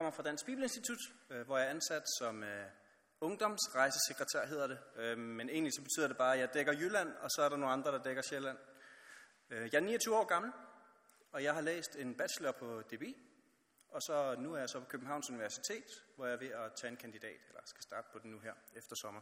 kommer fra Dansk Bibelinstitut, hvor jeg er ansat som ungdomsrejsesekretær, hedder det. Men egentlig så betyder det bare, at jeg dækker Jylland, og så er der nogle andre, der dækker Sjælland. Jeg er 29 år gammel, og jeg har læst en bachelor på DBI. Og så nu er jeg så på Københavns Universitet, hvor jeg er ved at tage en kandidat, eller skal starte på den nu her efter sommer.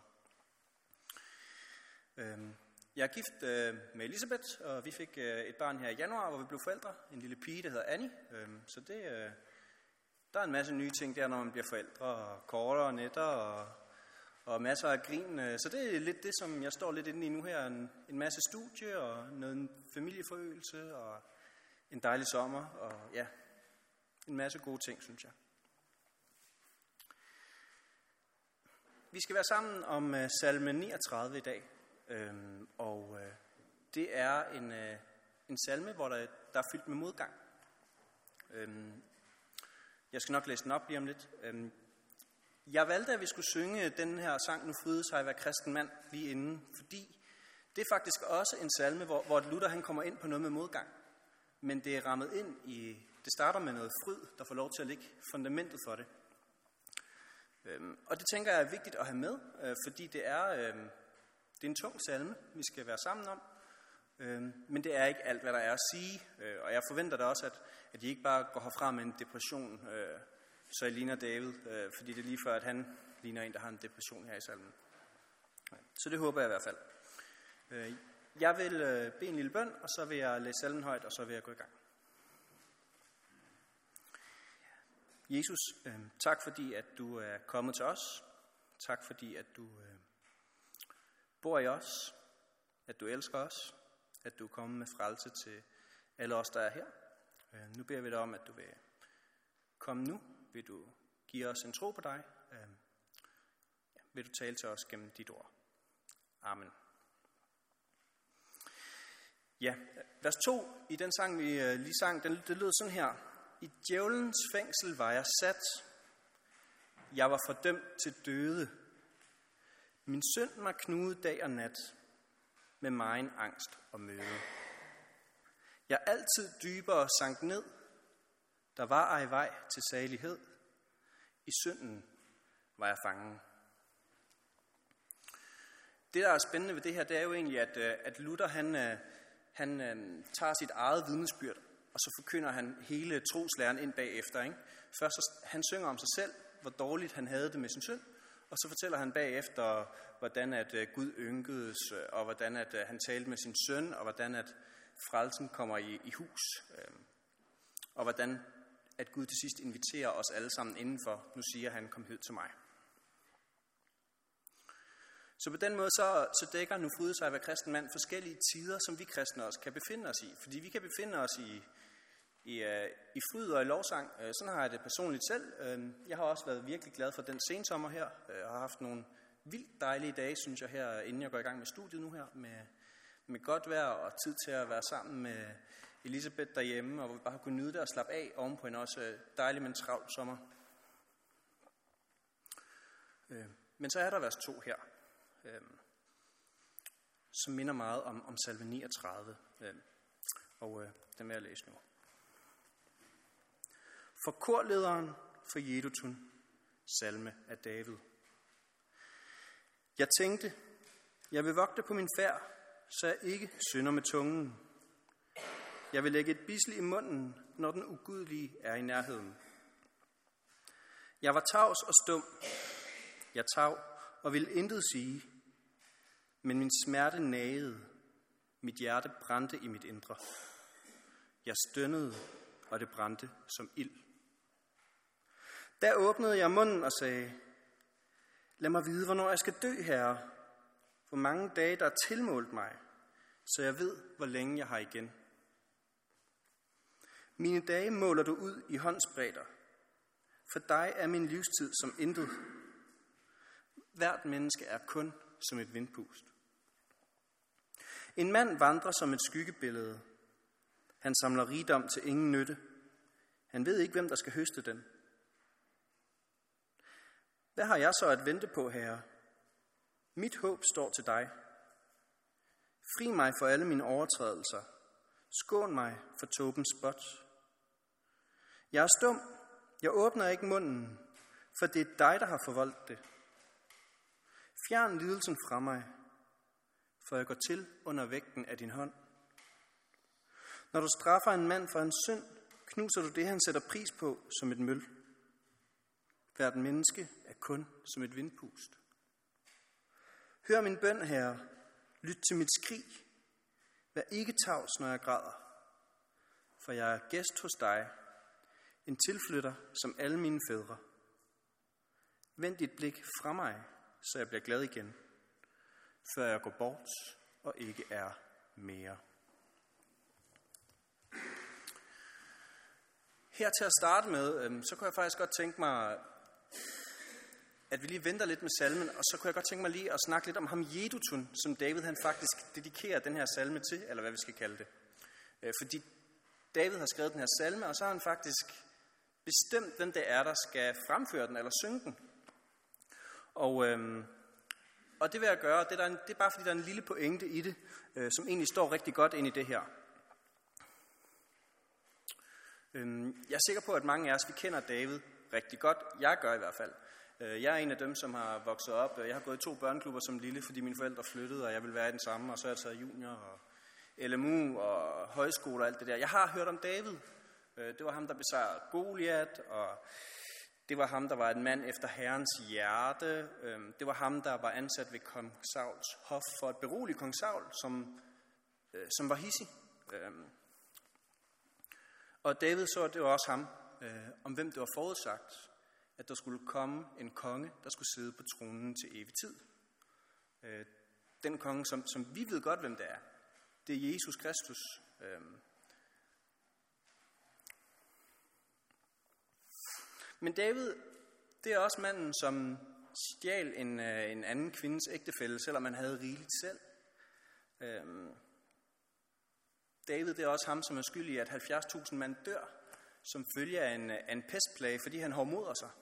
Jeg er gift med Elisabeth, og vi fik et barn her i januar, hvor vi blev forældre. En lille pige, der hedder Annie. Så der er en masse nye ting der, når man bliver forældre, og kortere og netter, og masser af grin. Så det er lidt det, som jeg står lidt inde i nu her. En masse studie, og noget familieforøgelse, og en dejlig sommer, og ja, en masse gode ting, synes jeg. Vi skal være sammen om salme 39 i dag. Det er en salme, hvor der er fyldt med modgang. Jeg skal nok læse den op lige om lidt. Jeg valgte, at vi skulle synge den her sang, Nu fryde sig hver kristen mand, lige inden, fordi det er faktisk også en salme, hvor Luther han kommer ind på noget med modgang. Men det er rammet ind i, det starter med noget fryd, der får lov til at lægge fundamentet for det. Og det tænker jeg er vigtigt at have med, fordi det er en tung salme, vi skal være sammen om. Men det er ikke alt, hvad der er at sige. Og jeg forventer da også, at I ikke bare går herfra med en depression, så I ligner David, fordi det er lige før, at han ligner en, der har en depression her i salmen. Så det håber jeg i hvert fald. Jeg vil bede en lille bøn, og så vil jeg læse salmen højt, og så vil jeg gå i gang. Jesus, tak fordi, at du er kommet til os. Tak fordi, at du bor i os, at du elsker os, at du er kommet med frelse til alle os, der er her. Nu beder vi dig om, at du vil komme nu. Vil du give os en tro på dig? Vil du tale til os gennem dit ord? Amen. Ja, vers 2 i den sang, vi lige sang, det lød sådan her. I djævelens fængsel var jeg sat. Jeg var fordømt til døde. Min synd mig knude dag og nat med megen angst og møde. Jeg altid dybere sank ned. Der var ej vej til salighed. I synden var jeg fangen. Det, der er spændende ved det her, det er jo egentlig, at Luther han tager sit eget vidnesbyrd, og så forkynder han hele troslæren ind bagefter. Ikke? Først han synger om sig selv, hvor dårligt han havde det med sin synd, og så fortæller han bagefter, hvordan at Gud ynkedes, og hvordan at han talte med sin søn, og hvordan at frelsen kommer i hus, og hvordan at Gud til sidst inviterer os alle sammen indenfor. Nu siger han, kom hed til mig. Så på den måde så dækker Nu fryde sig hver kristen mand forskellige tider, som vi kristne også kan befinde os i. Fordi vi kan befinde os i fryd og i lovsang. Sådan har jeg det personligt selv. Jeg har også været virkelig glad for den sensommer her. Jeg har haft nogle vildt dejlige dage, synes jeg, her, inden jeg går i gang med studiet nu her. Med godt vejr og tid til at være sammen med Elisabeth derhjemme, og hvor vi bare har kunnet nyde det og slappe af ovenpå en også dejlig, men travl sommer. Men så er der vers 2 her, som minder meget om salme 39, og den vil jeg læse nu. For korlederen for Jedutun, salme af David. Jeg tænkte, jeg vil vogte på min færd, så jeg ikke synder med tungen. Jeg vil lægge et bidsel i munden, når den ugudelige er i nærheden. Jeg var tavs og stum. Jeg tav og ville intet sige, men min smerte nagede. Mit hjerte brændte i mit indre. Jeg stønnede, og det brændte som ild. Der åbnede jeg munden og sagde, lad mig vide, hvornår jeg skal dø, Herre. Hvor mange dage der er tilmålt mig, så jeg ved, hvor længe jeg har igen. Mine dage måler du ud i håndsbredder. For dig er min livstid som intet. Hvert menneske er kun som et vindpust. En mand vandrer som et skyggebillede. Han samler rigdom til ingen nytte. Han ved ikke, hvem der skal høste den. Hvad har jeg så at vente på, Herre? Mit håb står til dig. Fri mig for alle mine overtrædelser. Skån mig for tåbens spot. Jeg er stum, Jeg åbner ikke munden, for det er dig, der har forvoldt det. Fjern lidelsen fra mig, for jeg går til under vægten af din hånd. Når du straffer en mand for hans synd, knuser du det, han sætter pris på, som et møl. Hvert menneske er kun som et vindpust. Hør min bøn, Herre. Lyt til mit skrig. Vær ikke tavs, når jeg græder. For jeg er gæst hos dig, en tilflytter som alle mine fædre. Vend dit blik fra mig, så jeg bliver glad igen, før jeg går bort og ikke er mere. Her til at starte med, så kunne jeg faktisk godt tænke mig, at vi lige venter lidt med salmen, og så kunne jeg godt tænke mig lige at snakke lidt om ham Jedutun, som David han faktisk dedikerer den her salme til, eller hvad vi skal kalde det. Fordi David har skrevet den her salme, og så har han faktisk bestemt, hvem det er, der skal fremføre den eller synge den. Og det vil jeg gøre, det er bare fordi der er en lille pointe i det, som egentlig står rigtig godt ind i det her. Jeg er sikker på, at mange af os, vi kender David rigtig godt. Jeg gør i hvert fald. Jeg er en af dem, som har vokset op. Jeg har gået i 2 børneklubber som lille, fordi mine forældre flyttede, og jeg ville være i den samme. Og så har jeg taget junior og LMU og højskole og alt det der. Jeg har hørt om David. Det var ham, der besejrede Goliat, og det var ham, der var en mand efter Herrens hjerte. Det var ham, der var ansat ved kong Sauls hof for at berolige kong Saul, som var hidsig. Og David så, det var også ham, om hvem det var forudsagt, at der skulle komme en konge, der skulle sidde på tronen til evig tid. Den konge, som vi ved godt, hvem det er. Det er Jesus Kristus. Men David, det er også manden, som stjal en anden kvindes ægtefælle, selvom han havde rigeligt selv. David, det er også ham, som er skyld i, at 70.000 mand dør, som følge af en pestplage, fordi han hovmoder sig.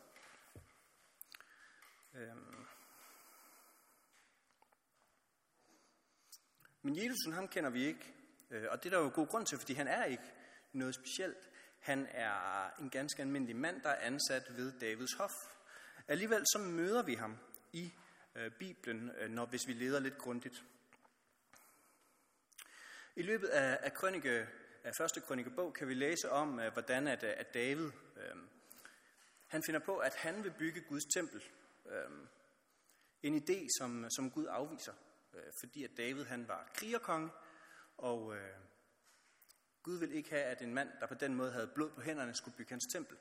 Men Jesus, ham kender vi ikke, og det er der jo god grund til, fordi han er ikke noget specielt. Han er en ganske almindelig mand, der er ansat ved Davids hof. Alligevel så møder vi ham i Bibelen, hvis vi leder lidt grundigt. I løbet af første krønikebog kan vi læse om, hvordan at David han finder på, at han vil bygge Guds tempel. En idé, som Gud afviser, fordi at David han var krigerkonge, og Gud vil ikke have, at en mand, der på den måde havde blod på hænderne, skulle bygge hans tempel.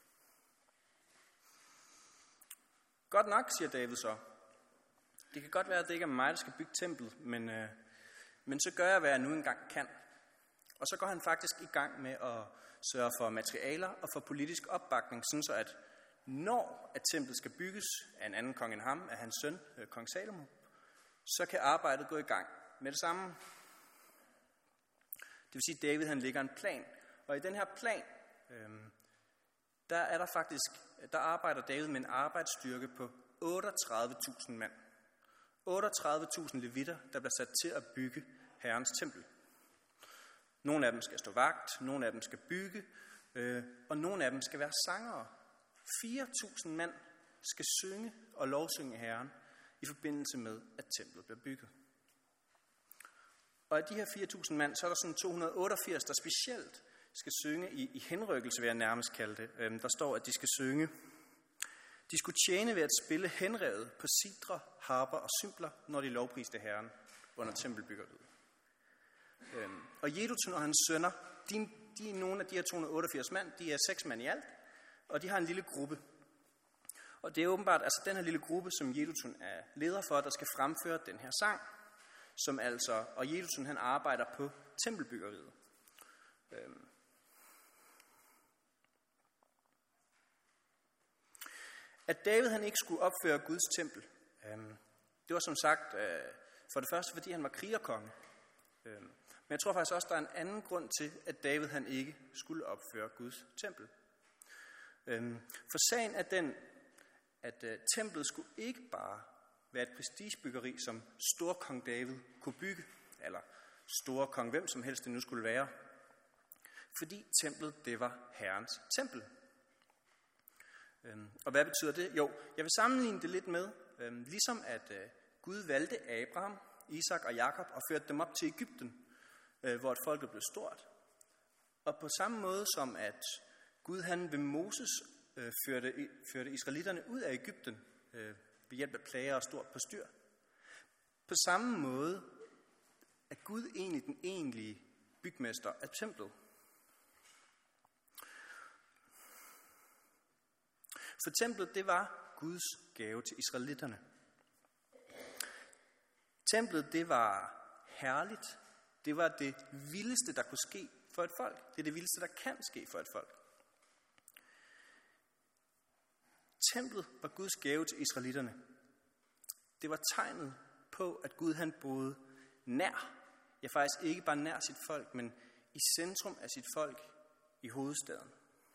Godt nok, siger David så. Det kan godt være, at det ikke er mig, der skal bygge templet, men så gør jeg, hvad jeg nu engang kan. Og så går han faktisk i gang med at sørge for materialer og for politisk opbakning, sådan så at når at templet skal bygges af en anden konge end ham, af hans søn, kong Salomo, så kan arbejdet gå i gang med det samme. Det vil sige, at David han lægger en plan, og i den her plan, der arbejder David med en arbejdsstyrke på 38.000 mand. 38.000 levitter, der bliver sat til at bygge Herrens tempel. Nogle af dem skal stå vagt, nogle af dem skal bygge, og nogle af dem skal være sangere. 4.000 mand skal synge og lovsynge Herren i forbindelse med, at templet bliver bygget. Og af de her 4.000 mand, så er der sådan 288, der specielt skal synge i henrykkelse, vil jeg nærmest kalde det. Der står, at de skal synge. De skulle tjene ved at spille henrevet på sidre, harper og symbler, når de lovpriste Herren under tempelbyggeriet. Og Jedutun og hans sønner, de er nogle af de her 288 mand, de er 6 mand i alt, og de har en lille gruppe. Og det er åbenbart altså den her lille gruppe, som Jedutun er leder for, der skal fremføre den her sang, og Jedutun han arbejder på tempelbyggeriet. At David han ikke skulle opføre Guds tempel, det var som sagt for det første, fordi han var krigerkonge. Men jeg tror faktisk også, der er en anden grund til, at David han ikke skulle opføre Guds tempel. For sagen er den, at templet skulle ikke bare være et prestigebyggeri, som storkong David kunne bygge, eller storkong hvem som helst det nu skulle være. Fordi templet, det var Herrens tempel. Og hvad betyder det? Jo, jeg vil sammenligne det lidt med, ligesom at Gud valgte Abraham, Isak og Jakob og førte dem op til Egypten, hvor et folket blev stort. Og på samme måde som at Gud han ved Moses førte israelitterne ud af Egypten ved hjælp af plager og stort postyr. På samme måde er Gud egentlig den egentlige bygmester af templet. For templet, det var Guds gave til israelitterne. Templet, det var herligt. Det var det vildeste, der kunne ske for et folk. Det er det vildeste, der kan ske for et folk. Templet var Guds gave til israelitterne. Det var tegnet på, at Gud han boede nær. Ja, faktisk ikke bare nær sit folk, men i centrum af sit folk i hovedstaden.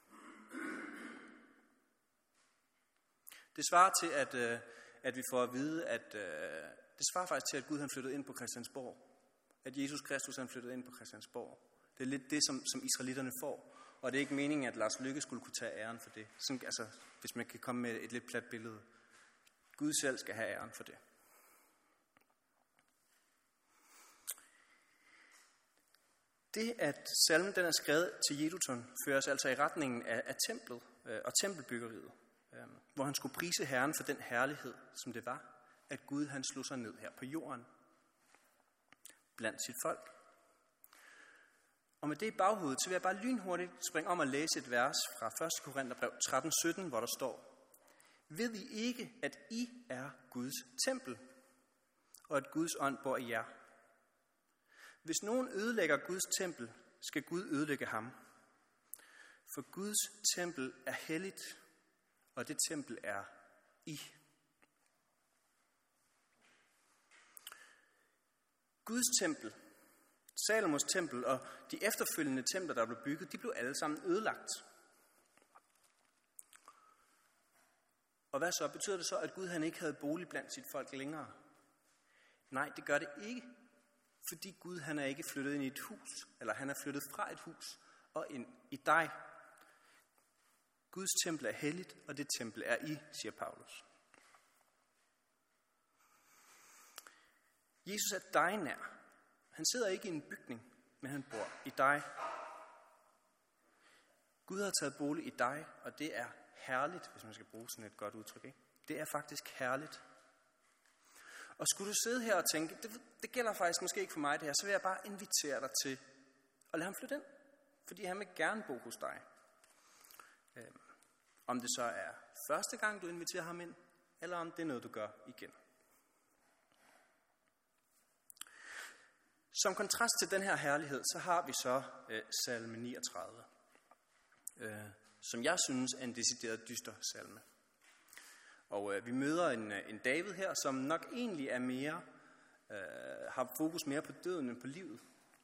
Det svarer til, at vi får at vide, at det svarer faktisk til, at Gud han flyttede ind på Christiansborg. At Jesus Kristus han flyttede ind på Christiansborg. Det er lidt det, som israelitterne får. Og det er ikke meningen, at Lars Løkke skulle kunne tage æren for det. Sådan, altså, hvis man kan komme med et lidt plat billede. Gud selv skal have æren for det. Det, at salmen den er skrevet til Jeduthun, fører os altså i retningen af templet og tempelbyggeriet, hvor han skulle prise Herren for den herlighed, som det var, at Gud han slog sig ned her på jorden blandt sit folk. Og med det i baghovedet, så vil jeg bare lynhurtigt springe om og læse et vers fra 1. Korintherbrev 13:17, hvor der står: Ved I ikke, at I er Guds tempel, og at Guds ånd bor i jer? Hvis nogen ødelægger Guds tempel, skal Gud ødelægge ham. For Guds tempel er helligt, og det tempel er I. Guds tempel, Salomos tempel og de efterfølgende templer, der blev bygget, de blev alle sammen ødelagt. Og hvad så? Betyder det så, at Gud han ikke havde bolig blandt sit folk længere? Nej, det gør det ikke. Fordi Gud han er ikke flyttet ind i et hus, eller han er flyttet fra et hus og ind i dig. Guds tempel er helligt, og det tempel er I, siger Paulus. Jesus er dig nær. Han sidder ikke i en bygning, men han bor i dig. Gud har taget bolig i dig, og det er herligt, hvis man skal bruge sådan et godt udtryk. Ikke? Det er faktisk herligt. Og skulle du sidde her og tænke, det gælder faktisk måske ikke for mig det her, så vil jeg bare invitere dig til at lade ham flytte ind. Fordi han vil gerne bo hos dig. Om det så er første gang, du inviterer ham ind, eller om det er noget, du gør igen. Som kontrast til den her herlighed, så har vi så salme 39, som jeg synes er en decideret dyster salme. Og vi møder en David her, som nok egentlig er mere, har fokus mere på døden end på livet.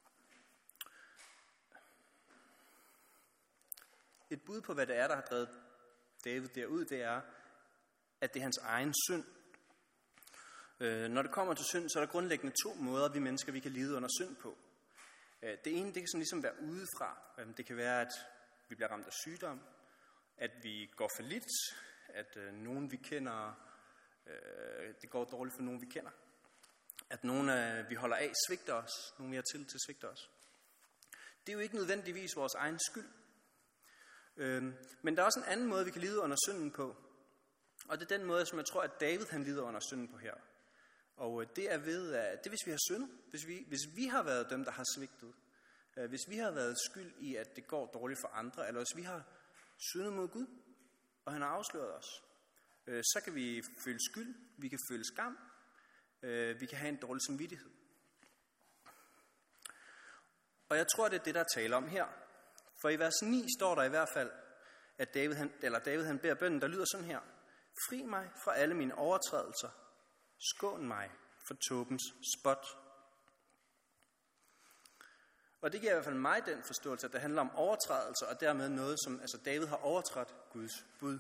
Et bud på, hvad det er, der har drevet David derud, det er, at det er hans egen synd. Når det kommer til synd, så er der grundlæggende to måder, vi mennesker vi kan lide under synd på. Det ene, det kan sådan ligesom være udefra. Det kan være, at vi bliver ramt af sygdom, at vi går fallit, at nogen vi kender, det går dårligt for nogen vi kender. At nogen vi holder af svigter os, nogen vi har tillid til svigter os. Det er jo ikke nødvendigvis vores egen skyld. Men der er også en anden måde, vi kan lide under synden på. Og det er den måde, som jeg tror, at David han lider under synden på her. Og det er ved, at det hvis vi har syndet, hvis vi har været dem, der har svigtet, hvis vi har været skyld i, at det går dårligt for andre, eller hvis vi har syndet mod Gud, og han har afsløret os, så kan vi føle skyld, vi kan føle skam, vi kan have en dårlig samvittighed. Og jeg tror, det er det, der er tale om her. For i vers 9 står der i hvert fald, at David han beder bønnen, der lyder sådan her: Fri mig fra alle mine overtrædelser, skån mig for tåbens spot. Og det giver i hvert fald mig den forståelse, at det handler om overtrædelser, og dermed noget, som David har overtrådt Guds bud.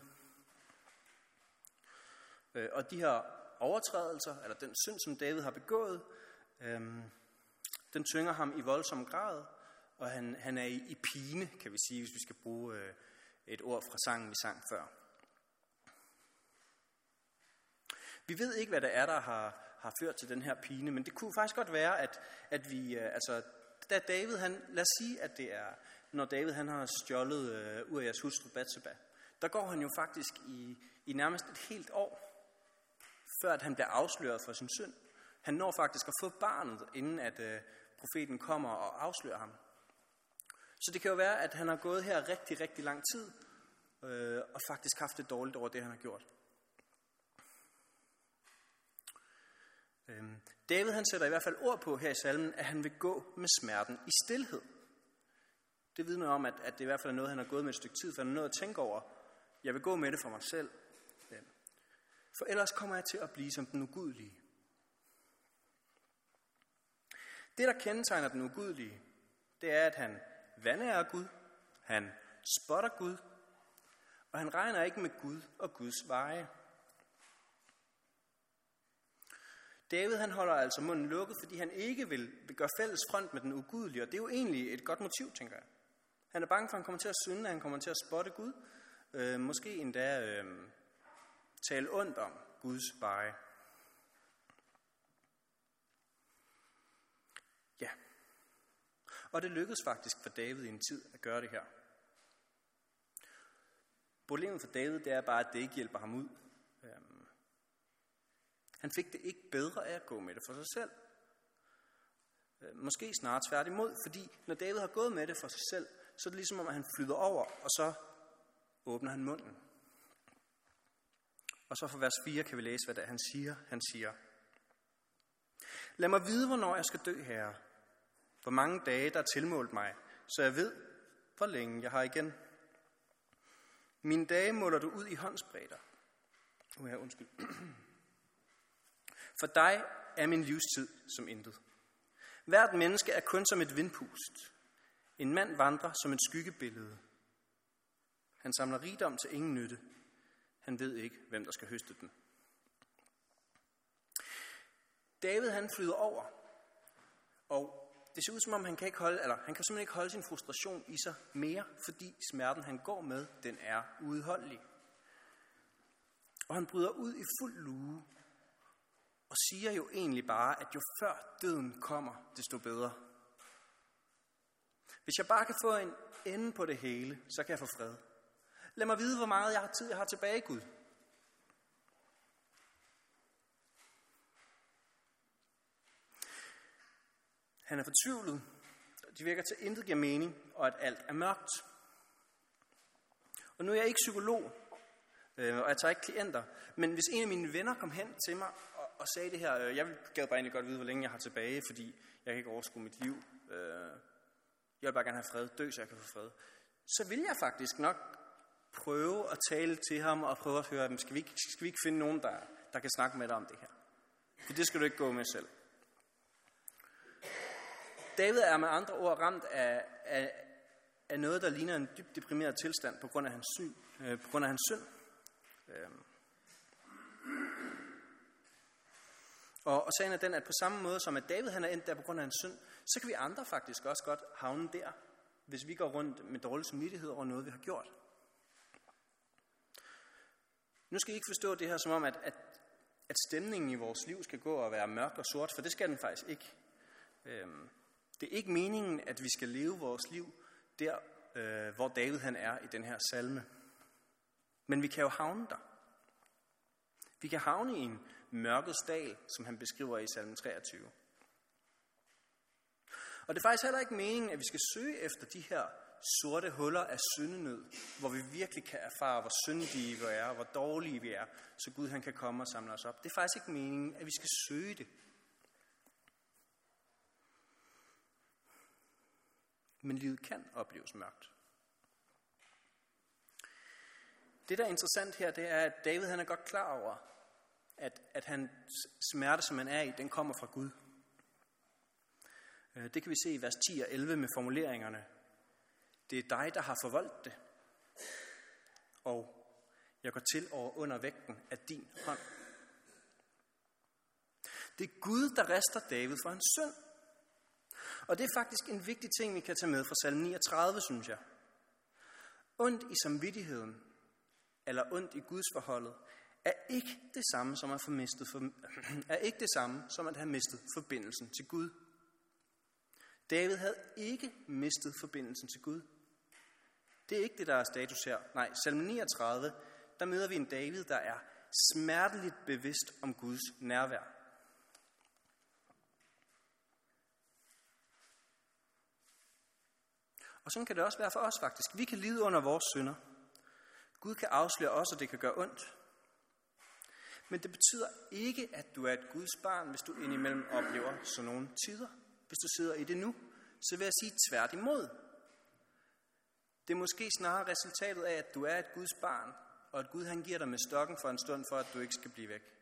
Og de her overtrædelser, eller den synd, som David har begået, den tynger ham i voldsom grad, og han er i pine, kan vi sige, hvis vi skal bruge et ord fra sangen, vi sang før. Vi ved ikke, hvad det er, der har ført til den her pine, men det kunne faktisk godt være, at vi, da David, lad os sige, at det er, når David han har stjålet Urias hustru Batseba, der går han jo faktisk i nærmest et helt år, før at han bliver afsløret for sin synd. Han når faktisk at få barnet, inden at profeten kommer og afslører ham. Så det kan jo være, at han har gået her rigtig, rigtig lang tid, og faktisk haft det dårligt over det, han har gjort. David han sætter i hvert fald ord på her i salmen, at han vil gå med smerten i stilhed. Det vidner om, at det i hvert fald er noget, han har gået med et stykke tid, for han er noget at tænke over. Jeg vil gå med det for mig selv. For ellers kommer jeg til at blive som den ugudelige. Det, der kendetegner den ugudelige, det er, at han vanærer Gud, han spotter Gud, og han regner ikke med Gud og Guds veje. David han holder altså munden lukket, fordi han ikke vil gøre fælles front med den ugudelige, og det er jo egentlig et godt motiv, tænker jeg. Han er bange for, at han kommer til at synde, at han kommer til at spotte Gud, måske endda tale ondt om Guds veje. Ja, og det lykkedes faktisk for David i en tid at gøre det her. Problemet for David, det er bare, at det ikke hjælper ham ud. Han fik det ikke bedre af at gå med det for sig selv. Måske snarere tværtimod, fordi når David har gået med det for sig selv, så er det ligesom om, at han flyder over, og så åbner han munden. Og så fra vers 4 kan vi læse, hvad det er, han siger. Han siger: Lad mig vide, hvornår jeg skal dø, Herre. Hvor mange dage, der er tilmålt mig, så jeg ved, hvor længe jeg har igen. Mine dage måler du ud i håndsbredder. Undskyld. For dig er min livstid som intet. Hvert menneske er kun som et vindpust. En mand vandrer som et skyggebillede. Han samler rigdom til ingen nytte. Han ved ikke, hvem der skal høste den. David han flyder over, og det ser ud som om han kan simpelthen ikke holde sin frustration i sig mere, fordi smerten han går med, den er uudholdelig. Og han bryder ud i fuld lue og siger jo egentlig bare, at jo før døden kommer, desto bedre. Hvis jeg bare kan få en ende på det hele, så kan jeg få fred. Lad mig vide, hvor meget tid jeg har tilbage, Gud. Han er fortvivlet. De virker til intet giver mening, og at alt er mørkt. Og nu er jeg ikke psykolog, og jeg tager ikke klienter, men hvis en af mine venner kom hen til mig og sagde det her, jeg gad bare egentlig godt vide, hvor længe jeg har tilbage, fordi jeg kan ikke overskue mit liv. Jeg vil bare gerne have fred, dø, så jeg kan få fred. Så vil jeg faktisk nok prøve at tale til ham og prøve at høre dem. Skal vi ikke finde nogen, der kan snakke med dig om det her? For det skal du ikke gå med selv. David er med andre ord ramt af noget, der ligner en dybt deprimeret tilstand på grund af hans synd. Og sagen er den, at på samme måde som at David han er endt der på grund af hans synd, så kan vi andre faktisk også godt havne der, hvis vi går rundt med dårlig samvittighed over noget, vi har gjort. Nu skal I ikke forstå det her som om, at stemningen i vores liv skal gå og være mørk og sort, for det skal den faktisk ikke. Det er ikke meningen, at vi skal leve vores liv der, hvor David han er i den her salme. Men vi kan jo havne der. Vi kan havne i en mørkets dal, som han beskriver i salme 23. Og det er faktisk heller ikke meningen, at vi skal søge efter de her sorte huller af syndenød, hvor vi virkelig kan erfare, hvor syndige vi er, hvor dårlige vi er, så Gud han kan komme og samle os op. Det er faktisk ikke meningen, at vi skal søge det. Men livet kan opleves mørkt. Det, der er interessant her, det er, at David han er godt klar over, at hans smerte, som han er i, den kommer fra Gud. Det kan vi se i vers 10 og 11 med formuleringerne. Det er dig, der har forvoldt det, og jeg går til over under vægten af din hånd. Det er Gud, der rester David for hans synd. Og det er faktisk en vigtig ting, vi kan tage med fra salme 39, synes jeg. Ondt i samvittigheden, eller ondt i Guds forholdet, er ikke det samme som at have mistet forbindelsen til Gud. David havde ikke mistet forbindelsen til Gud. Det er ikke det, der er status her. Nej, salme 39, der møder vi en David, der er smerteligt bevidst om Guds nærvær. Og sådan kan det også være for os faktisk. Vi kan lide under vores synder. Gud kan afsløre os, og det kan gøre ondt. Men det betyder ikke, at du er et Guds barn, hvis du indimellem oplever sådan nogle tider. Hvis du sidder i det nu, så vil jeg sige tværtimod. Det er måske snarere resultatet af, at du er et Guds barn, og at Gud han giver dig med stokken for en stund, for at du ikke skal blive væk.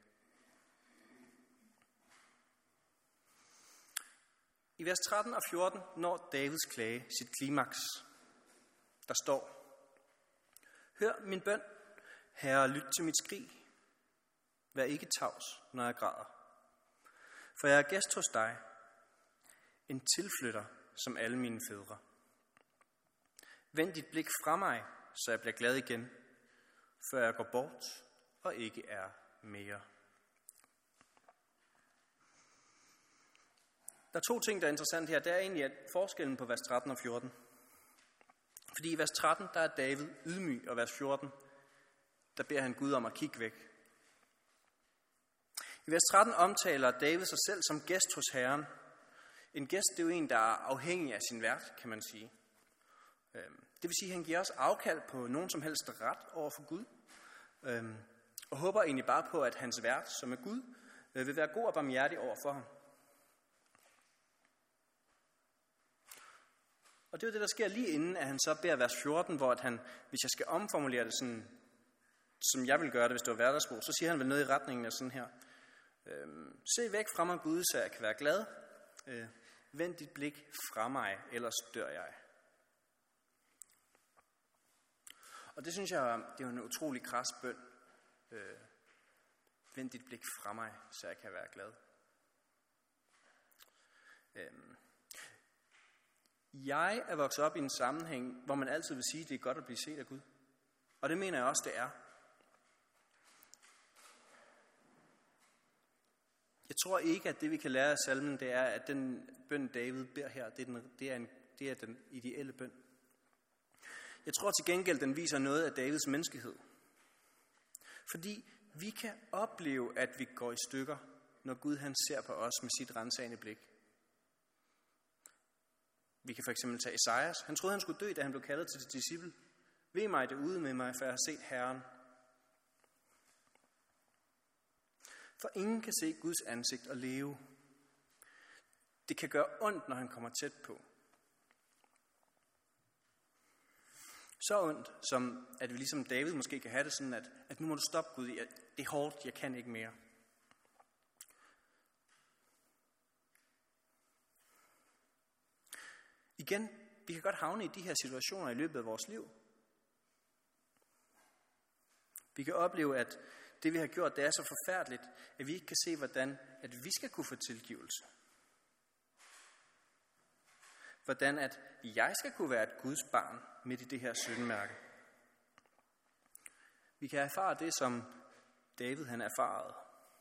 I vers 13 og 14 når Davids klage sit klimaks. Der står: Hør min bøn, Herre, lyt til mit skrig. Vær ikke tavs, når jeg græder. For jeg er gæst hos dig, en tilflytter som alle mine fædre. Vend dit blik fra mig, så jeg bliver glad igen, før jeg går bort og ikke er mere. Der er to ting, der er interessant her. Det er egentlig forskellen på vers 13 og 14. Fordi i vers 13, der er David ydmyg, og vers 14, der beder han Gud om at kigge væk. I vers 13 omtaler David sig selv som gæst hos Herren. En gæst, det er jo en, der er afhængig af sin vært, kan man sige. Det vil sige, at han giver os afkald på nogen som helst ret over for Gud. Og håber egentlig bare på, at hans vært, som er Gud, vil være god og barmhjertig over for ham. Og det er jo det, der sker lige inden, at han så beder vers 14, hvor at han, hvis jeg skal omformulere det sådan, som jeg vil gøre det, hvis det var hverdagssprog, så siger han vel noget i retningen af sådan her. Se væk fra mig, Gud, så jeg kan være glad. Vend dit blik fra mig, ellers dør jeg. Og det synes jeg, det er en utrolig kras bøn. Vend dit blik fra mig, så jeg kan være glad. Jeg er vokset op i en sammenhæng, hvor man altid vil sige, at det er godt at blive set af Gud. Og det mener jeg også, det er. Jeg tror ikke, at det vi kan lære af salmen, det er, at den bøn David beder her, det er den ideelle bøn. Jeg tror til gengæld, den viser noget af Davids menneskelighed. Fordi vi kan opleve, at vi går i stykker, når Gud han ser på os med sit rensagende blik. Vi kan for eksempel tage Esajas. Han troede, han skulle dø, da han blev kaldet til disciple. Ved mig det ude med mig, for jeg har set Herren. For ingen kan se Guds ansigt og leve. Det kan gøre ondt, når han kommer tæt på. Så ondt, som at vi ligesom David måske kan have det sådan, at nu må du stoppe, Gud. Det er hårdt, jeg kan ikke mere. Igen, vi kan godt havne i de her situationer i løbet af vores liv. Vi kan opleve, at det vi har gjort, det er så forfærdeligt, at vi ikke kan se, hvordan at vi skal kunne få tilgivelse. Hvordan at jeg skal kunne være et Guds barn midt i det her syndmærke. Vi kan erfare det, som David han erfarede.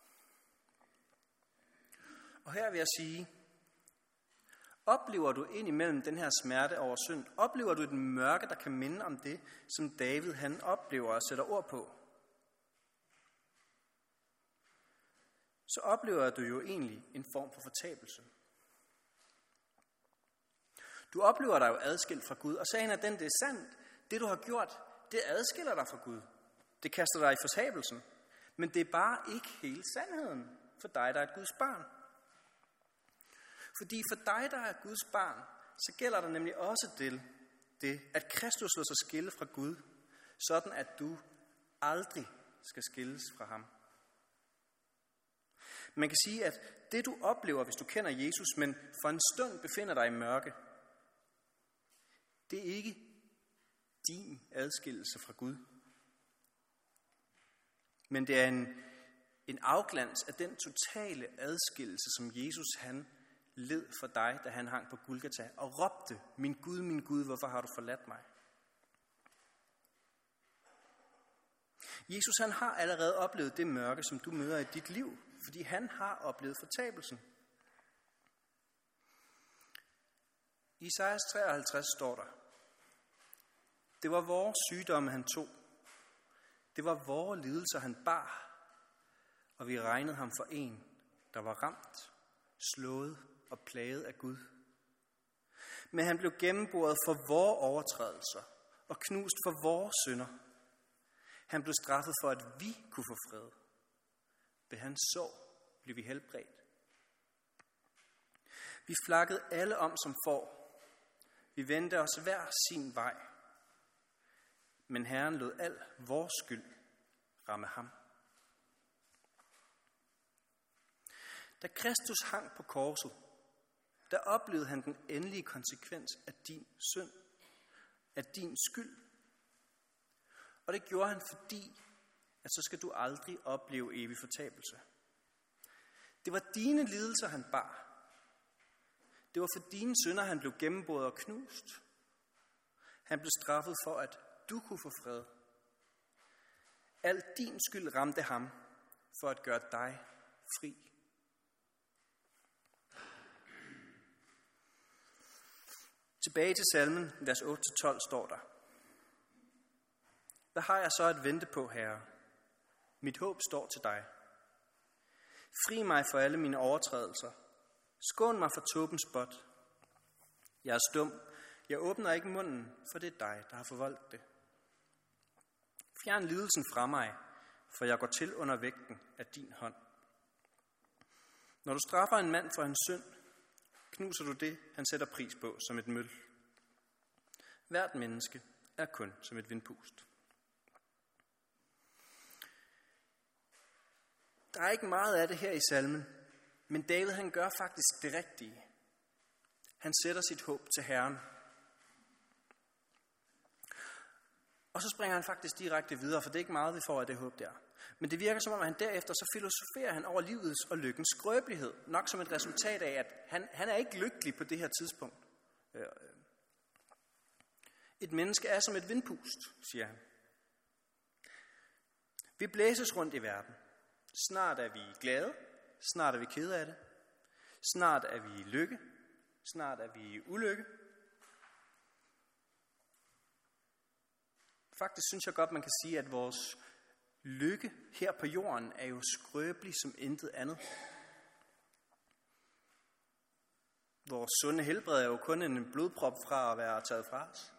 Og her vil jeg sige, oplever du indimellem den her smerte over synd? Oplever du et mørke, der kan minde om det, som David han oplever og sætter ord på? Så oplever du jo egentlig en form for fortabelse. Du oplever dig jo adskilt fra Gud, og sagen er den, det er sandt. Det du har gjort, det adskiller dig fra Gud. Det kaster dig i fortabelsen. Men det er bare ikke hele sandheden for dig, der er et Guds barn. Fordi for dig, der er Guds barn, så gælder der nemlig også det, at Kristus lod sig skille fra Gud, sådan at du aldrig skal skilles fra ham. Man kan sige, at det du oplever, hvis du kender Jesus, men for en stund befinder dig i mørke, det er ikke din adskillelse fra Gud. Men det er en afglans af den totale adskillelse, som Jesus han led for dig, da han hang på Golgata og råbte, min Gud, hvorfor har du forladt mig? Jesus han har allerede oplevet det mørke, som du møder i dit liv, fordi han har oplevet fortabelsen. I Esajas 53 står der: Det var vores sygdomme, han tog. Det var vores lidelser, han bar. Og vi regnede ham for en, der var ramt, slået og plaget af Gud. Men han blev gennemboret for vores overtrædelser og knust for vores synder. Han blev straffet for, at vi kunne få fred. Ved hans sår blev vi helbredt. Vi flakkede alle om som får. Vi vendte os hver sin vej. Men Herren lod al vores skyld ramme ham. Da Kristus hang på korset, der oplevede han den endelige konsekvens af din synd, af din skyld. Og det gjorde han, fordi at så skal du aldrig opleve evig fortabelse. Det var dine lidelser, han bar. Det var for dine synder, han blev gennemboret og knust. Han blev straffet for, at du kunne få fred. Al din skyld ramte ham for at gøre dig fri. Tilbage til salmen, vers 8-12 står der: Hvad har jeg så at vente på, Herre? Mit håb står til dig. Fri mig for alle mine overtrædelser. Skån mig for tåbens spot. Jeg er stum. Jeg åbner ikke munden, for det er dig, der har forvoldt det. Fjern lidelsen fra mig, for jeg går til under vægten af din hånd. Når du straffer en mand for hans synd, knuser du det, han sætter pris på, som et møl. Hvert menneske er kun som et vindpust. Der er ikke meget af det her i salmen, men David han gør faktisk det rigtige. Han sætter sit håb til Herren. Og så springer han faktisk direkte videre, for det er ikke meget, vi får af det håb der. Men det virker som om, at han derefter så filosoferer han over livets og lykkens skrøbelighed. Nok som et resultat af, at han er ikke lykkelig på det her tidspunkt. Et menneske er som et vindpust, siger han. Vi blæses rundt i verden. Snart er vi glade, snart er vi kede af det. Snart er vi i lykke, snart er vi i ulykke. Faktisk synes jeg godt, man kan sige, at vores lykke her på jorden er jo skrøbelig som intet andet. Vores sunde helbred er jo kun en blodprop fra at være taget fra os.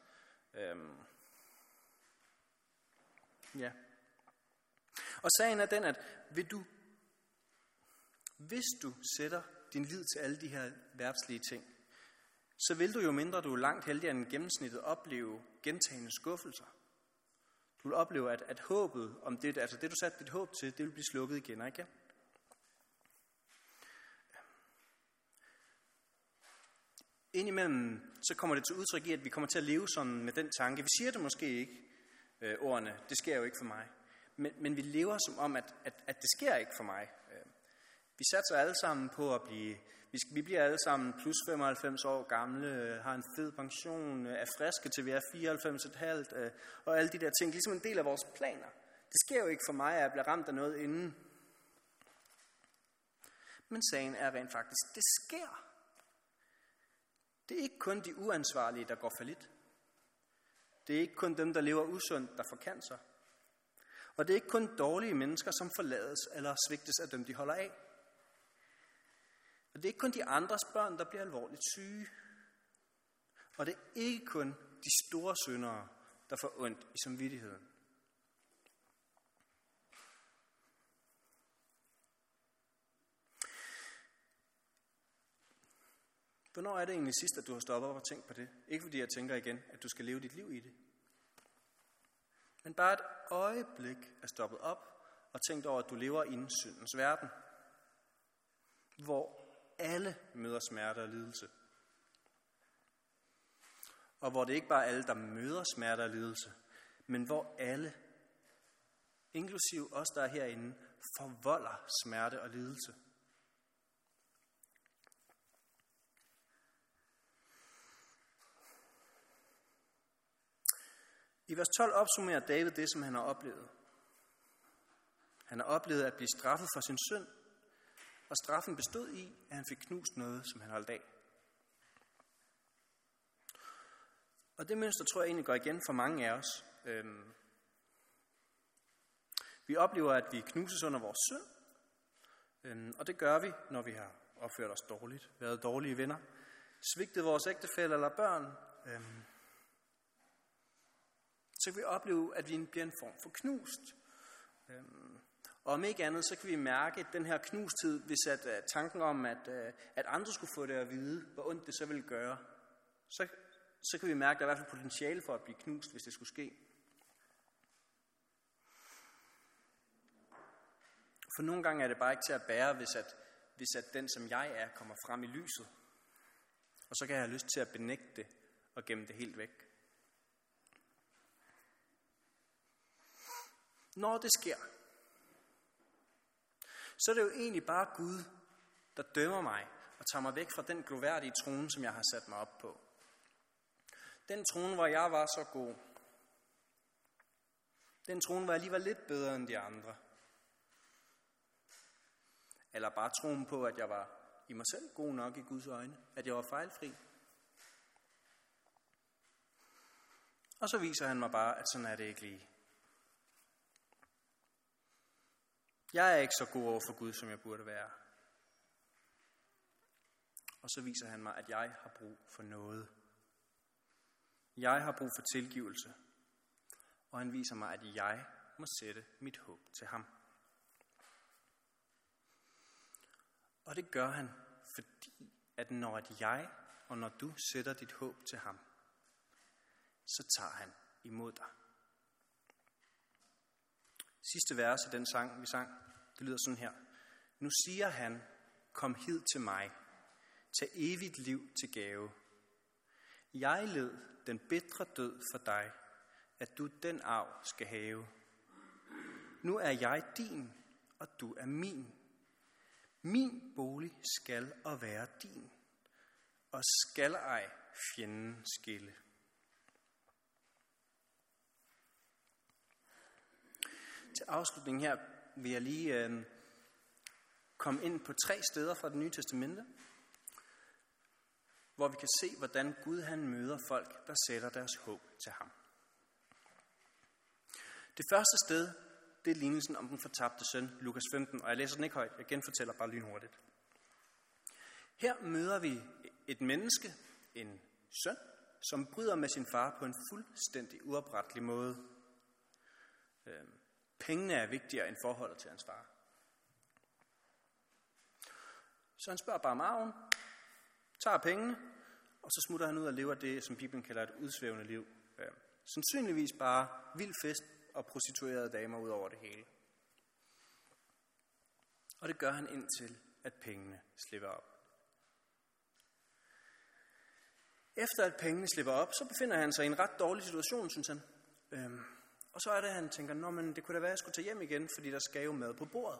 Ja. Og sagen er den, at hvis du sætter din lid til alle de her verdslige ting, så vil du jo mindre, du er langt heldigere end gennemsnittet, opleve gentagne skuffelser. Du vil opleve, at håbet om det, altså det du satte dit håb til, det vil blive slukket igen og igen. Indimellem så kommer det til udtryk i, at vi kommer til at leve sådan med den tanke. Vi siger det måske ikke, ordene, det sker jo ikke for mig. Men vi lever som om, at det sker ikke for mig. Vi satser alle sammen på at vi bliver alle sammen plus 95 år gamle, har en fed pension, er friske til vi er 94,5, og alle de der ting, ligesom en del af vores planer. Det sker jo ikke for mig, at jeg bliver ramt af noget inden. Men sagen er rent faktisk, det sker. Det er ikke kun de uansvarlige, der går fallit. Det er ikke kun dem, der lever usundt, der får cancer. Og det er ikke kun dårlige mennesker, som forlades eller svigtes af dem, de holder af. Og det er ikke kun de andres børn, der bliver alvorligt syge. Og det er ikke kun de store syndere, der får ondt i samvittigheden. Hvornår er det egentlig sidst, at du har stoppet op og tænkt på det? Ikke fordi jeg tænker igen, at du skal leve dit liv i det. Men bare et øjeblik er stoppet op og tænkt over, at du lever i en syndens verden. Hvor alle møder smerte og lidelse. Og hvor det ikke bare er alle, der møder smerte og lidelse, men hvor alle, inklusiv os, der er herinde, forvolder smerte og lidelse. I vers 12 opsummerer David det, som han har oplevet. Han har oplevet at blive straffet for sin synd, og straffen bestod i, at han fik knust noget, som han holdt af. Og det mønster tror jeg egentlig går igen for mange af os. Vi oplever, at vi knuses under vores synd, og det gør vi, når vi har opført os dårligt, været dårlige venner, svigtet vores ægtefælle eller børn. Så kan vi opleve, at vi bliver en form for knust. Og om ikke andet, så kan vi mærke den her knusthed, hvis at tanken om, at andre skulle få det at vide, hvor ondt det så ville gøre, så kan vi mærke, at der er i hvert fald potentiale for at blive knust, hvis det skulle ske. For nogle gange er det bare ikke til at bære, hvis at den, som jeg er, kommer frem i lyset. Og så kan jeg have lyst til at benægte det og gemme det helt væk. Når det sker, så er det jo egentlig bare Gud, der dømmer mig og tager mig væk fra den gloværdige trone, som jeg har sat mig op på. Den trone, hvor jeg var så god. Den trone, hvor jeg lige var lidt bedre end de andre. Eller bare troen på, at jeg var i mig selv god nok i Guds øjne. At jeg var fejlfri. Og så viser han mig bare, at sådan er det ikke lige. Jeg er ikke så god over for Gud, som jeg burde være. Og så viser han mig, at jeg har brug for noget. Jeg har brug for tilgivelse. Og han viser mig, at jeg må sætte mit håb til ham. Og det gør han, fordi at når jeg og når du sætter dit håb til ham, så tager han imod dig. Sidste vers af den sang, vi sang, det lyder sådan her. Nu siger han, kom hid til mig, tag evigt liv til gave. Jeg led den bitre død for dig, at du den arv skal have. Nu er jeg din, og du er min. Min bolig skal og være din, og skal ej fjenden skille. Til afslutning her vil jeg lige komme ind på 3 steder fra Det Nye Testamente, hvor vi kan se, hvordan Gud han møder folk, der sætter deres håb til ham. Det første sted, det er lignelsen om den fortabte søn, Lukas 15, og jeg læser den ikke højt, jeg genfortæller bare lynhurtigt. Her møder vi et menneske, en søn, som bryder med sin far på en fuldstændig uoprettelig måde. Pengene er vigtigere end forholdet til hans far. Så han spørger bare maven, tager pengene, og så smutter han ud og lever det, som Bibelen kalder et udsvævende liv. Sandsynligvis bare vild fest og prostituerede damer ud over det hele. Og det gør han indtil, at pengene slipper op. Efter at pengene slipper op, så befinder han sig i en ret dårlig situation, synes han. Og så er det, han tænker, men det kunne da være, at jeg skulle tage hjem igen, fordi der skal jo mad på bordet.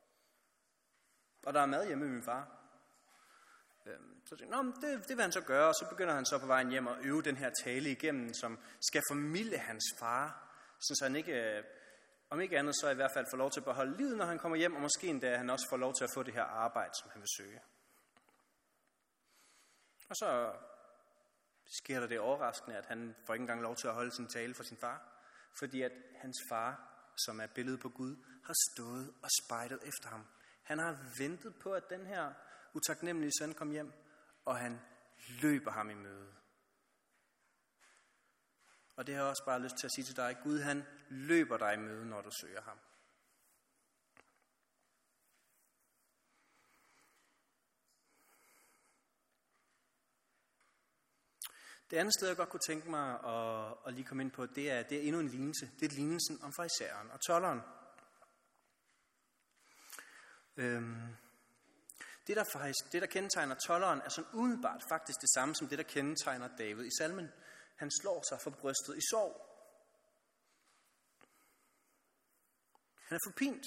Og der er mad hjemme med min far. Så tænker han, det vil han så gøre, og så begynder han så på vejen hjem at øve den her tale igennem, som skal formilde hans far, så han ikke, om ikke andet, så i hvert fald får lov til at beholde livet, når han kommer hjem, og måske endda han også får lov til at få det her arbejde, som han vil søge. Og så sker der det overraskende, at han får ikke engang lov til at holde sin tale for sin far, fordi at hans far, som er billedet på Gud, har stået og spejdet efter ham. Han har ventet på, at den her utaknemmelige søn kom hjem, og han løber ham i møde. Og det har jeg også bare lyst til at sige til dig. Gud, han løber dig i møde, når du søger ham. Det andet sted, jeg godt kunne tænke mig at lige komme ind på, det er endnu en lignelse. Det er lignelsen om farisæeren og tolderen. Det, der kendetegner tolderen, er sådan umiddelbart faktisk det samme som det, der kendetegner David i salmen. Han slår sig for brystet i sorg. Han er forpint.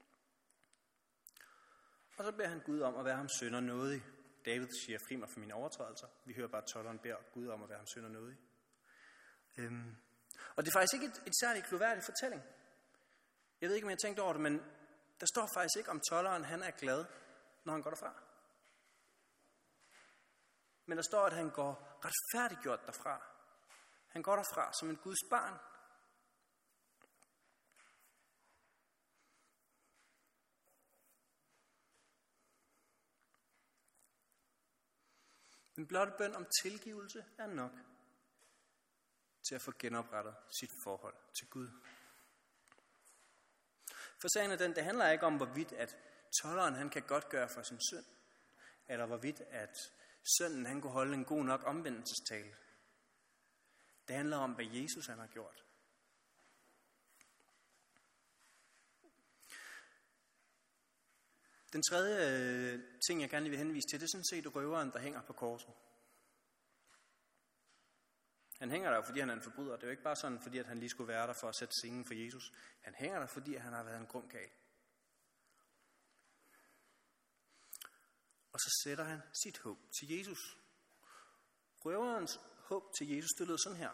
Og så beder han Gud om at være ham synder nådig. David siger, fri mig for mine overtrædelser. Vi hører bare, at tolderen beder Gud om at være ham synder nådig. Og det er faktisk ikke et særligt gloværdigt fortælling. Jeg ved ikke, om jeg tænkte over det, Der står faktisk ikke, om tolderen han er glad, når han går derfra. Men der står, at han går retfærdiggjort derfra. Han går derfra som en Guds barn. En blotte bøn om tilgivelse er nok til at få genoprettet sit forhold til Gud. For sagen er den, det handler ikke om, hvorvidt at tolderen han kan godt gøre for sin synd, eller hvorvidt at sønnen han kunne holde en god nok omvendelsestale. Det handler om, hvad Jesus han har gjort. Den tredje ting, jeg gerne vil henvise til, det er sådan set røveren, der hænger på korset. Han hænger der, fordi han er en forbryder. Det er jo ikke bare sådan, fordi at han lige skulle være der for at sætte scenen for Jesus. Han hænger der, fordi han har været en grumkarl. Og så sætter han sit håb til Jesus. Røverens håb til Jesus, det lød sådan her.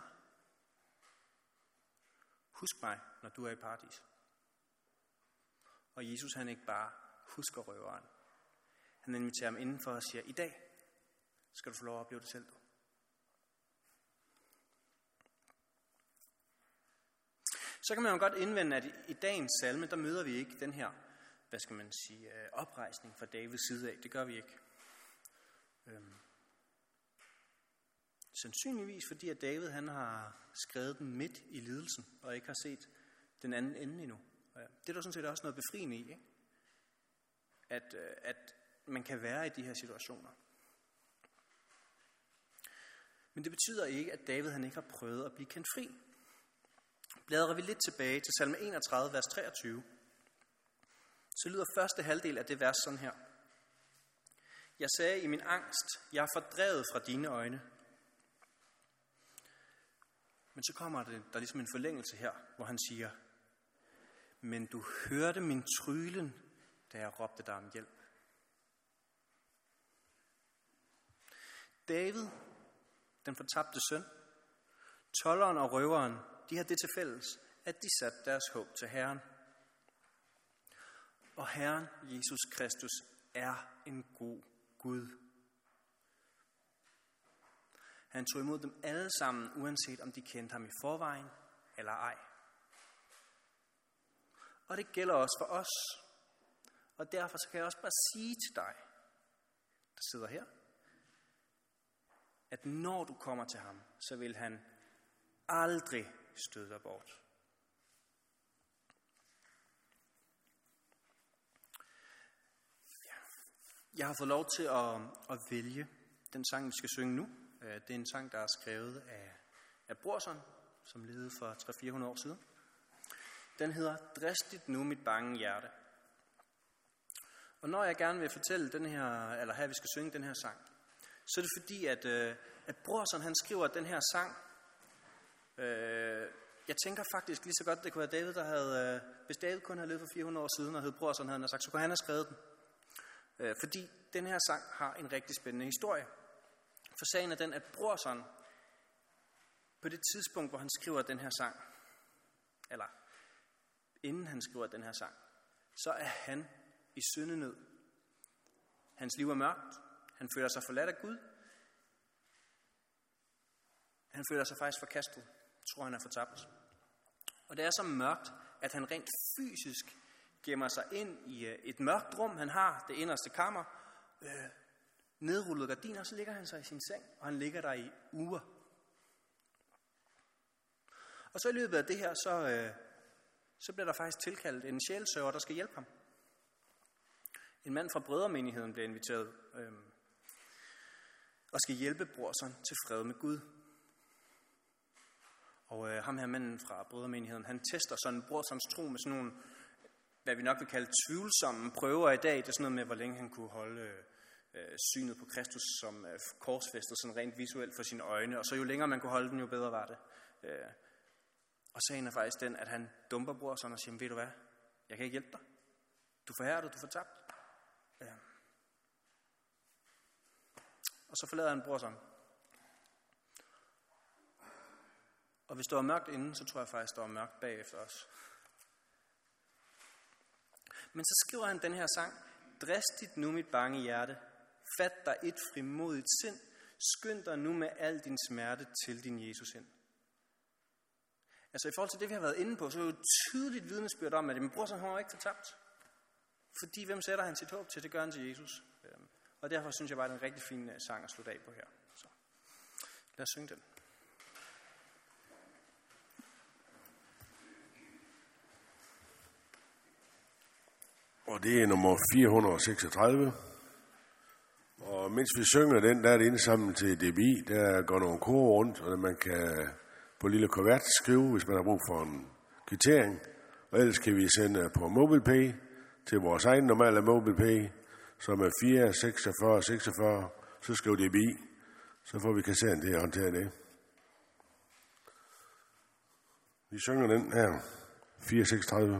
Husk mig, når du er i paradis. Og Jesus han ikke bare husker røveren. Han inviterer ham indenfor og siger, i dag skal du få lov at opleve det selv. Så kan man jo godt indvende, at i dagens salme, der møder vi ikke den her, hvad skal man sige, oprejsning fra Davids side af. Det gør vi ikke. Sandsynligvis fordi, at David han har skrevet den midt i lidelsen, og ikke har set den anden ende endnu. Det er der sådan set også noget befriende i, ikke? At man kan være i de her situationer. Men det betyder ikke, at David han ikke har prøvet at blive kendt fri. Bladrer vi lidt tilbage til salme 31, vers 23, så lyder første halvdel af det vers sådan her. Jeg sagde i min angst, jeg er fordrevet fra dine øjne. Men så kommer der ligesom en forlængelse her, hvor han siger, men du hørte min trylen, da jeg råbte dig om hjælp. David, den fortabte søn, tolderen og røveren, de har det til fælles, at de satte deres håb til Herren. Og Herren, Jesus Kristus, er en god Gud. Han tog imod dem alle sammen, uanset om de kendte ham i forvejen eller ej. Og det gælder også for os. Og derfor så kan jeg også bare sige til dig, der sidder her, at når du kommer til ham, så vil han aldrig støde dig bort. Jeg har fået lov til at vælge den sang, vi skal synge nu. Det er en sang, der er skrevet af Brorson, som levede for 300-400 år siden. Den hedder Dristigt nu mit bange hjerte. Og når jeg gerne vil fortælle den her, eller her vi skal synge den her sang, så er det fordi, at Brorson han skriver den her sang. Jeg tænker faktisk lige så godt, det kunne være David, der havde, hvis David kun havde levet for 400 år siden, og hed Brorson, havde han sagt, så kunne han have skrevet den. Fordi den her sang har en rigtig spændende historie. For sagen er den, at Brorson, på det tidspunkt, hvor han skriver den her sang, eller inden han skriver den her sang, så er han i syndenød. Hans liv er mørkt. Han føler sig forladt af Gud. Han føler sig faktisk forkastet. Tror han er fortabt. Og det er så mørkt, at han rent fysisk gemmer sig ind i et mørkt rum. Han har det inderste kammer. Nedrullede gardiner, så ligger han sig i sin seng, og han ligger der i uger. Og så i løbet af det her, så bliver der faktisk tilkaldt en sjælsørger, der skal hjælpe ham. En mand fra brødremenigheden bliver inviteret og skal hjælpe Brorson til fred med Gud. Og ham her manden fra brødremenigheden, han tester sådan Brorsons tro med sådan nogle, hvad vi nok vil kalde tvivlsomme prøver i dag. Det er sådan noget med, hvor længe han kunne holde synet på Kristus som korsfæstet, sådan rent visuelt for sine øjne. Og så jo længere man kunne holde den, jo bedre var det. Og sagen er faktisk den, at han dumper Brorson og siger, ved du hvad, jeg kan ikke hjælpe dig. Du er forhærdet, du er fortabt. Og så forlader han Brorson. Og hvis der var mørkt inden, så tror jeg faktisk, der var mørkt bagefter os. Men så skriver han den her sang: Dristigt nu mit bange hjerte, fat dig et frimodigt sind, skynd dig nu med al din smerte til din Jesus hen. Altså i forhold til det, vi har været inde på, så er det jo tydeligt vidnesbyrd om, at min bror, han har ikke tabt. Fordi hvem sætter han sit håb til? Det gør han til Jesus. Og derfor synes jeg bare, det er en rigtig fin sang at slutte af på her. Så lad os synge den. Og det er nummer 436. Og mens vi synger den, der er det indsamlet til DBI. Der går nogle kor rundt, og man kan på lille kuvert skrive, hvis man har brug for en kvittering. Og ellers kan vi sende på MobilePay til vores egen normale MobilePay, som er 4 46 46. Så skriv DBI, så får vi kasseren til at håndtere det. Vi synger den her, 436.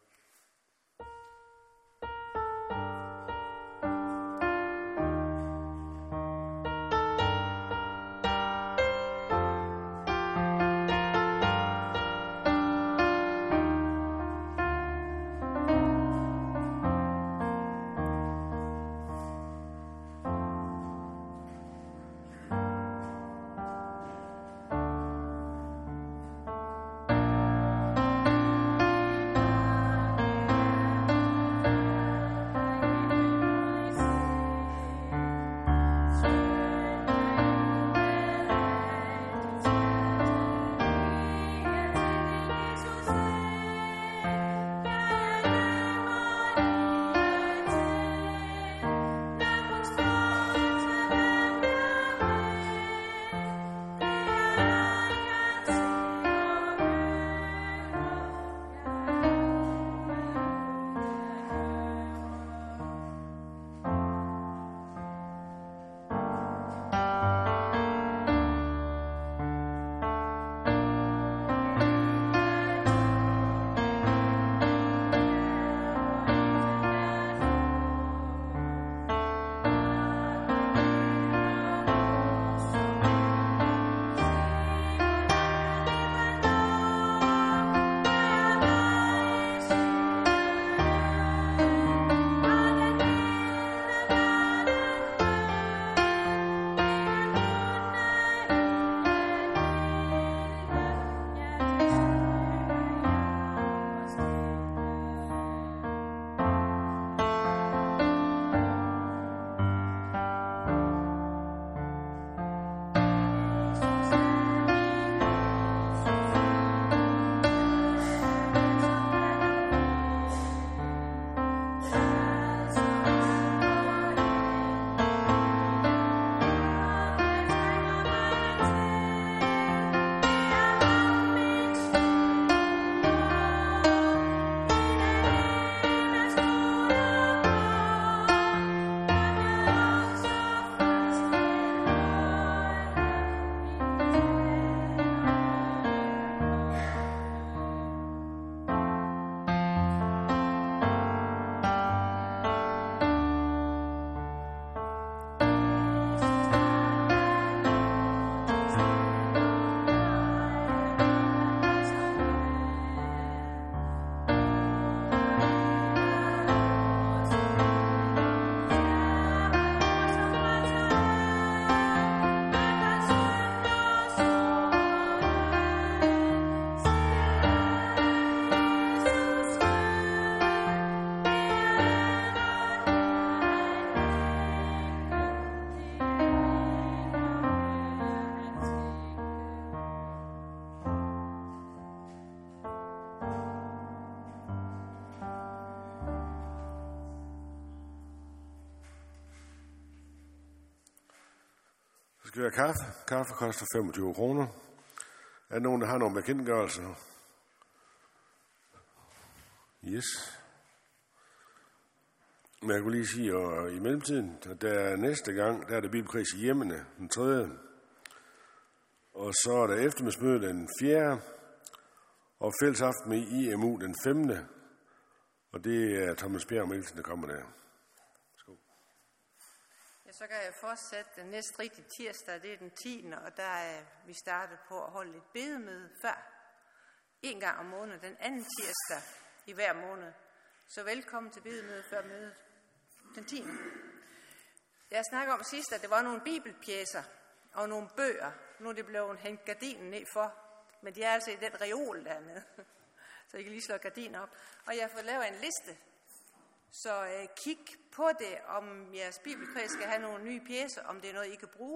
Skal vi have kaffe? Kaffe koster 25 kroner. Er der nogen, der har nogle bekendtgørelser? Yes. Men jeg kunne lige sige, at i mellemtiden, der næste gang, der er der bibelkreds i hjemmene, den 3. Og så er der eftermiddagsmøde den 4. Og fællesaften med IMU den 5. Og det er Thomas Bjerg Mikkelsen, der kommer der. Ja, så kan jeg fortsætte den næste rigtige tirsdag, det er den 10. Og der er vi startet på at holde et bedemøde før. En gang om måneden, den anden tirsdag i hver måned. Så velkommen til bedemødet før mødet den 10. Jeg snakker om sidst, at det var nogle bibelpjæser og nogle bøger. Nu er det blevet hængt gardinen ned for, men de er altså i den reol dernede. Så I kan lige slå gardinen op. Og jeg har fået lavet en liste. Så kig på det, om jeres bibelkreds skal have nogle nye pjæser, om det er noget, I kan bruge.